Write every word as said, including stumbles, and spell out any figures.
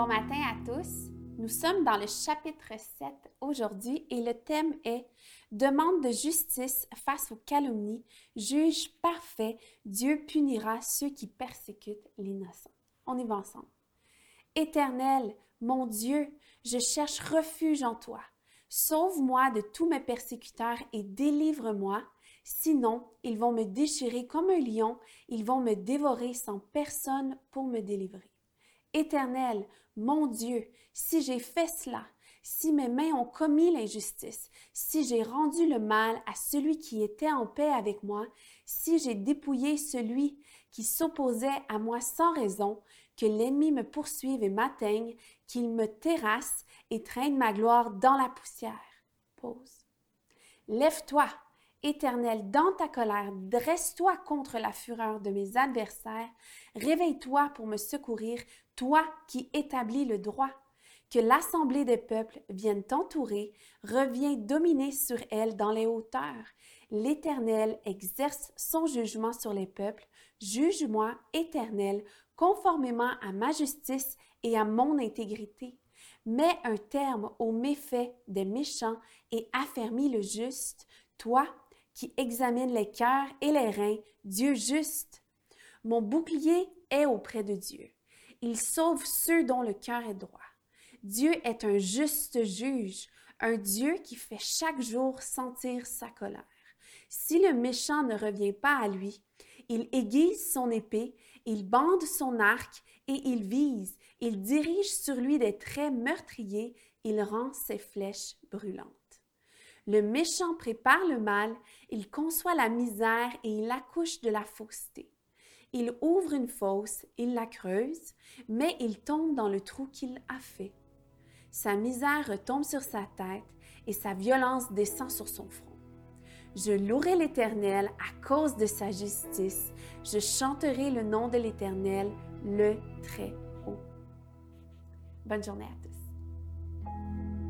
Bon matin à tous. Nous sommes dans le chapitre sept aujourd'hui et le thème est « Demande de justice face aux calomnies, juge parfait, Dieu punira ceux qui persécutent l'innocent. » On y va ensemble. Éternel, mon Dieu, je cherche refuge en toi. Sauve-moi de tous mes persécuteurs et délivre-moi. Sinon, ils vont me déchirer comme un lion, ils vont me dévorer sans personne pour me délivrer. Éternel, mon Dieu, si j'ai fait cela, si mes mains ont commis l'injustice, si j'ai rendu le mal à celui qui était en paix avec moi, si j'ai dépouillé celui qui s'opposait à moi sans raison, que l'ennemi me poursuive et m'atteigne, qu'il me terrasse et traîne ma gloire dans la poussière. Pause. Lève-toi, Éternel, dans ta colère, dresse-toi contre la fureur de mes adversaires, réveille-toi pour me secourir, toi qui établis le droit. Que l'assemblée des peuples vienne t'entourer, reviens dominer sur elle dans les hauteurs. L'Éternel exerce son jugement sur les peuples. Juge-moi, Éternel, conformément à ma justice et à mon intégrité. Mets un terme aux méfaits des méchants et affermis le juste, toi qui examines les cœurs et les reins, Dieu juste. Mon bouclier est auprès de Dieu. Il sauve ceux dont le cœur est droit. Dieu est un juste juge, un Dieu qui fait chaque jour sentir sa colère. Si le méchant ne revient pas à lui, il aiguise son épée, il bande son arc et il vise, il dirige sur lui des traits meurtriers, il rend ses flèches brûlantes. Le méchant prépare le mal, il conçoit la misère et il accouche de la fausseté. Il ouvre une fosse, il la creuse, mais il tombe dans le trou qu'il a fait. Sa misère retombe sur sa tête et sa violence descend sur son front. Je louerai l'Éternel à cause de sa justice. Je chanterai le nom de l'Éternel, le Très-Haut. Bonne journée à tous.